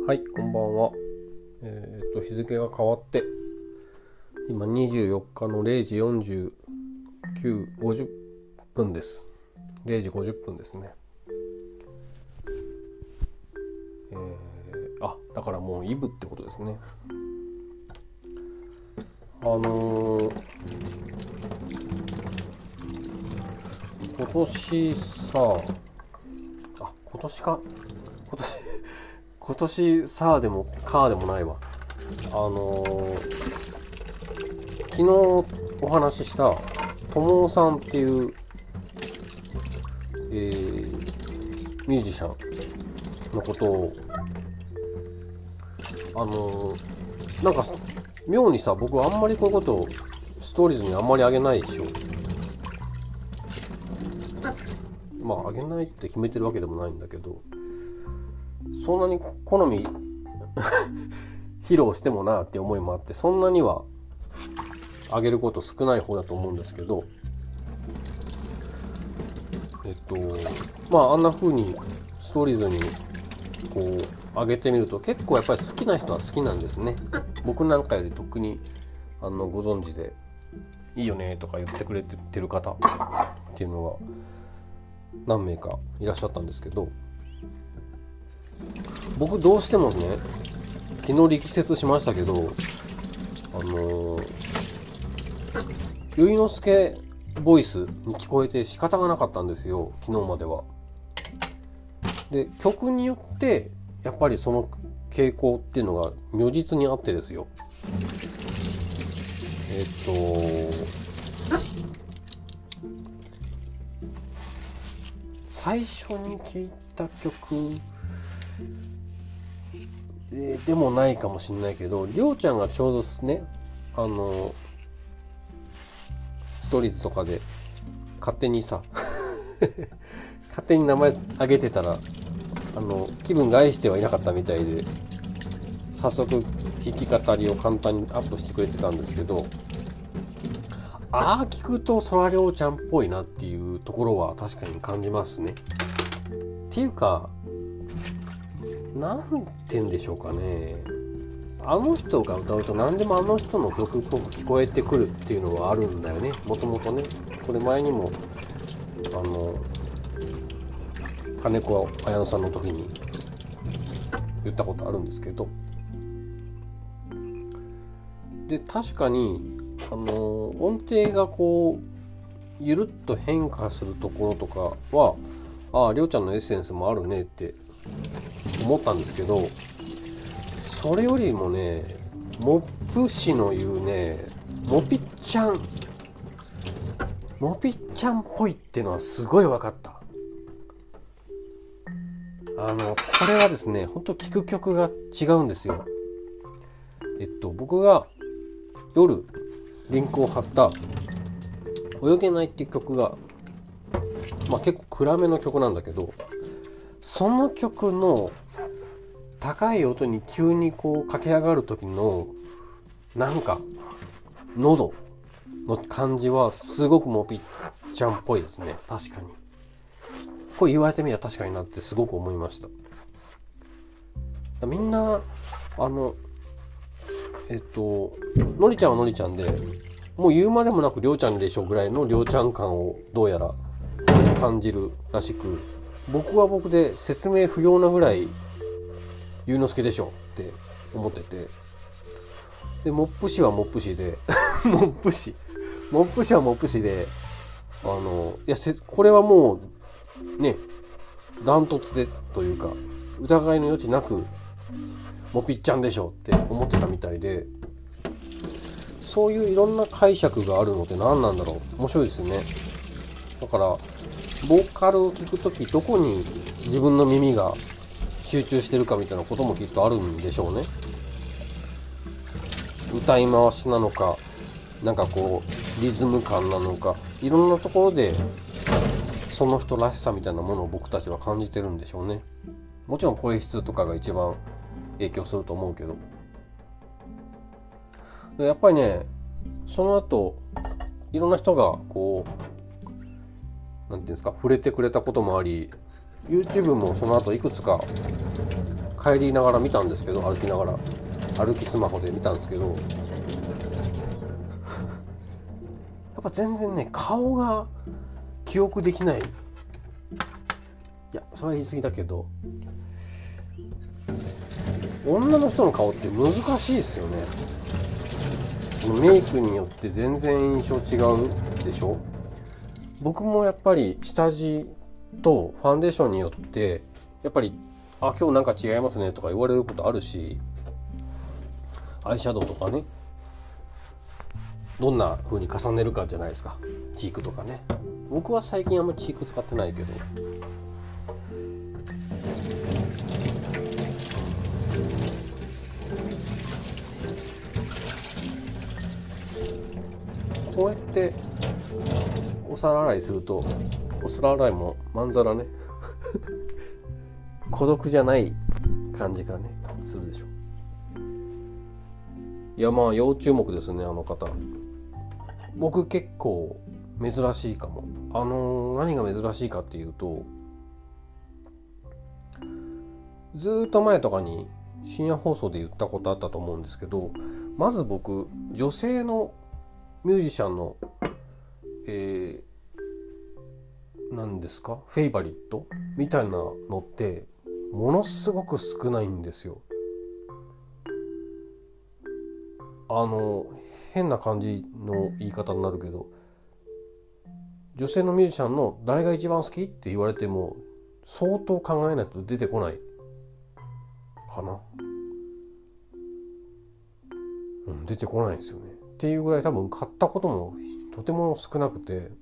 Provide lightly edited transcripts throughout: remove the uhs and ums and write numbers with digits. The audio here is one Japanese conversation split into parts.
はい、こんばんは。日付が変わって今24日の0時50分です。0時50分ですね。だからもうイブってことですね。今年さ今年さあでもかあでもないわ。昨日お話ししたともさんっていう、ミュージシャンのことをなんか妙にさ、僕あんまりこういうことをストーリーズにあんまりあげないでしょ。まああげないって決めてるわけでもないんだけど、そんなに好み披露してもなって思いもあって、そんなにはあげること少ない方だと思うんですけど、あんな風にストーリーズにこう上げてみると結構やっぱり好きな人は好きなんですね。僕なんかより特にご存知でいいよねとか言ってくれてる方っていうのが何名かいらっしゃったんですけど、僕どうしてもね、昨日力説しましたけど、結之助ボイスに聞こえて仕方がなかったんですよ、昨日までは。で、曲によってやっぱりその傾向っていうのが如実にあってですよ。最初に聴いた曲でもないかもしれないけど、りょうちゃんがちょうどね、ストーリーズとかで勝手にさ勝手に名前あげてたら気分が愛してはいなかったみたいで、早速弾き語りを簡単にアップしてくれてたんですけど、聞くとそらりょうちゃんっぽいなっていうところは確かに感じますね。っていうか、なんて言うんでしょうかね、あの人が歌うと何でもあの人の曲っぽく聞こえてくるっていうのはあるんだよね、もともとね。これ前にも金子綾乃さんの時に言ったことあるんですけど、で確かに音程がこうゆるっと変化するところとかはりょうちゃんのエッセンスもあるねって思ったんですけど、それよりもね、モップ氏の言うね、モピッちゃんっぽいっていうのはすごい分かった。これはですね、本当聴く曲が違うんですよ。僕が夜リンクを貼った泳げないっていう曲が結構暗めの曲なんだけど、その曲の高い音に急にこう駆け上がる時のなんか喉の感じはすごくモピッちゃんっぽいですね。確かにこれ言われてみれば確かになってすごく思いました。みんなのりちゃんはのりちゃんで、もう言うまでもなくりょうちゃんでしょぐらいのりょうちゃん感をどうやら感じるらしく、僕は僕で説明不要なぐらいゆうのすけでしょって思ってて、でモップ氏はモップ氏でモップ氏はモップ氏で、これはもうね、ダントツでというか疑いの余地なくモピッちゃんでしょって思ってたみたいで、そういういろんな解釈があるのって何なんだろう。面白いですね。だからボーカルを聴くときどこに自分の耳が集中してるかみたいなこともきっとあるんでしょうね。歌い回しなのか、なんかこうリズム感なのか、いろんなところでその人らしさみたいなものを僕たちは感じてるんでしょうね。もちろん声質とかが一番影響すると思うけど、やっぱりね、その後いろんな人がこうなんていうんですか、触れてくれたこともあり、 YouTube もその後いくつか帰りながら見たんですけど、歩きながら歩きスマホで見たんですけど、やっぱ全然ね顔が記憶できない。いやそれは言い過ぎだけど、女の人の顔って難しいですよね。メイクによって全然印象違うでしょ。僕もやっぱり下地とファンデーションによってやっぱり今日なんか違いますねとか言われることあるし、アイシャドウとかね、どんな風に重ねるかじゃないですか。チークとかね。僕は最近あんまりチーク使ってないけど、こうやってお皿洗いすると、お皿洗いもまんざらね孤独じゃない感じがねするでしょ。いや要注目ですね、あの方。僕結構珍しいかも。何が珍しいかっていうと、ずっと前とかに深夜放送で言ったことあったと思うんですけど、まず僕女性のミュージシャンの何ですか、フェイバリットみたいなのってものすごく少ないんですよ。変な感じの言い方になるけど、女性のミュージシャンの誰が一番好きって言われても相当考えないと出てこないかな。出てこないですよね。っていうぐらい多分買ったこともとても少なくて、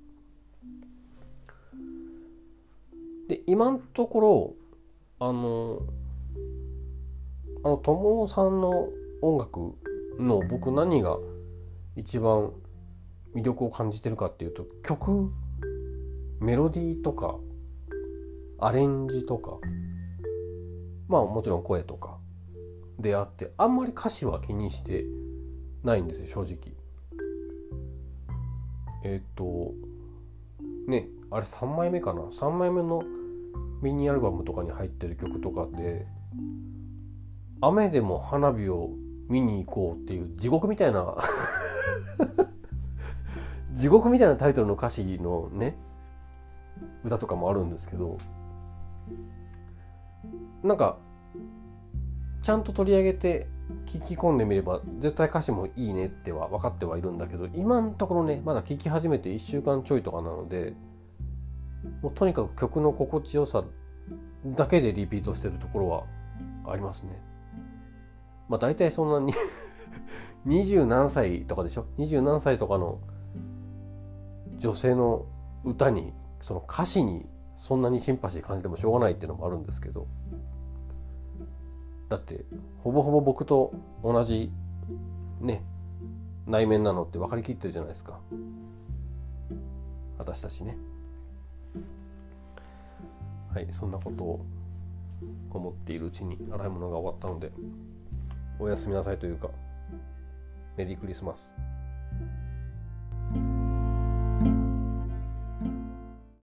で今のところ友さんの音楽の僕何が一番魅力を感じてるかっていうと、曲、メロディーとかアレンジとか、もちろん声とかであって、あんまり歌詞は気にしてないんですよ、正直。あれ3枚目かな、3枚目のミニアルバムとかに入ってる曲とかで、雨でも花火を見に行こうっていう地獄みたいな地獄みたいなタイトルの歌詞のね歌とかもあるんですけど、なんかちゃんと取り上げて聞き込んでみれば絶対歌詞もいいねっては分かってはいるんだけど、今のところねまだ聞き始めて1週間ちょいとかなので、もうとにかく曲の心地よさだけでリピートしてるところはありますね。大体そんなに20何歳とかでしょ、20何歳とかの女性の歌にその歌詞にそんなにシンパシー感じてもしょうがないっていうのもあるんですけど、だってほぼほぼ僕と同じね内面なのって分かりきってるじゃないですか、私たちね。はい、そんなことを思っているうちに洗い物が終わったので、おやすみなさいというか、メリークリスマス。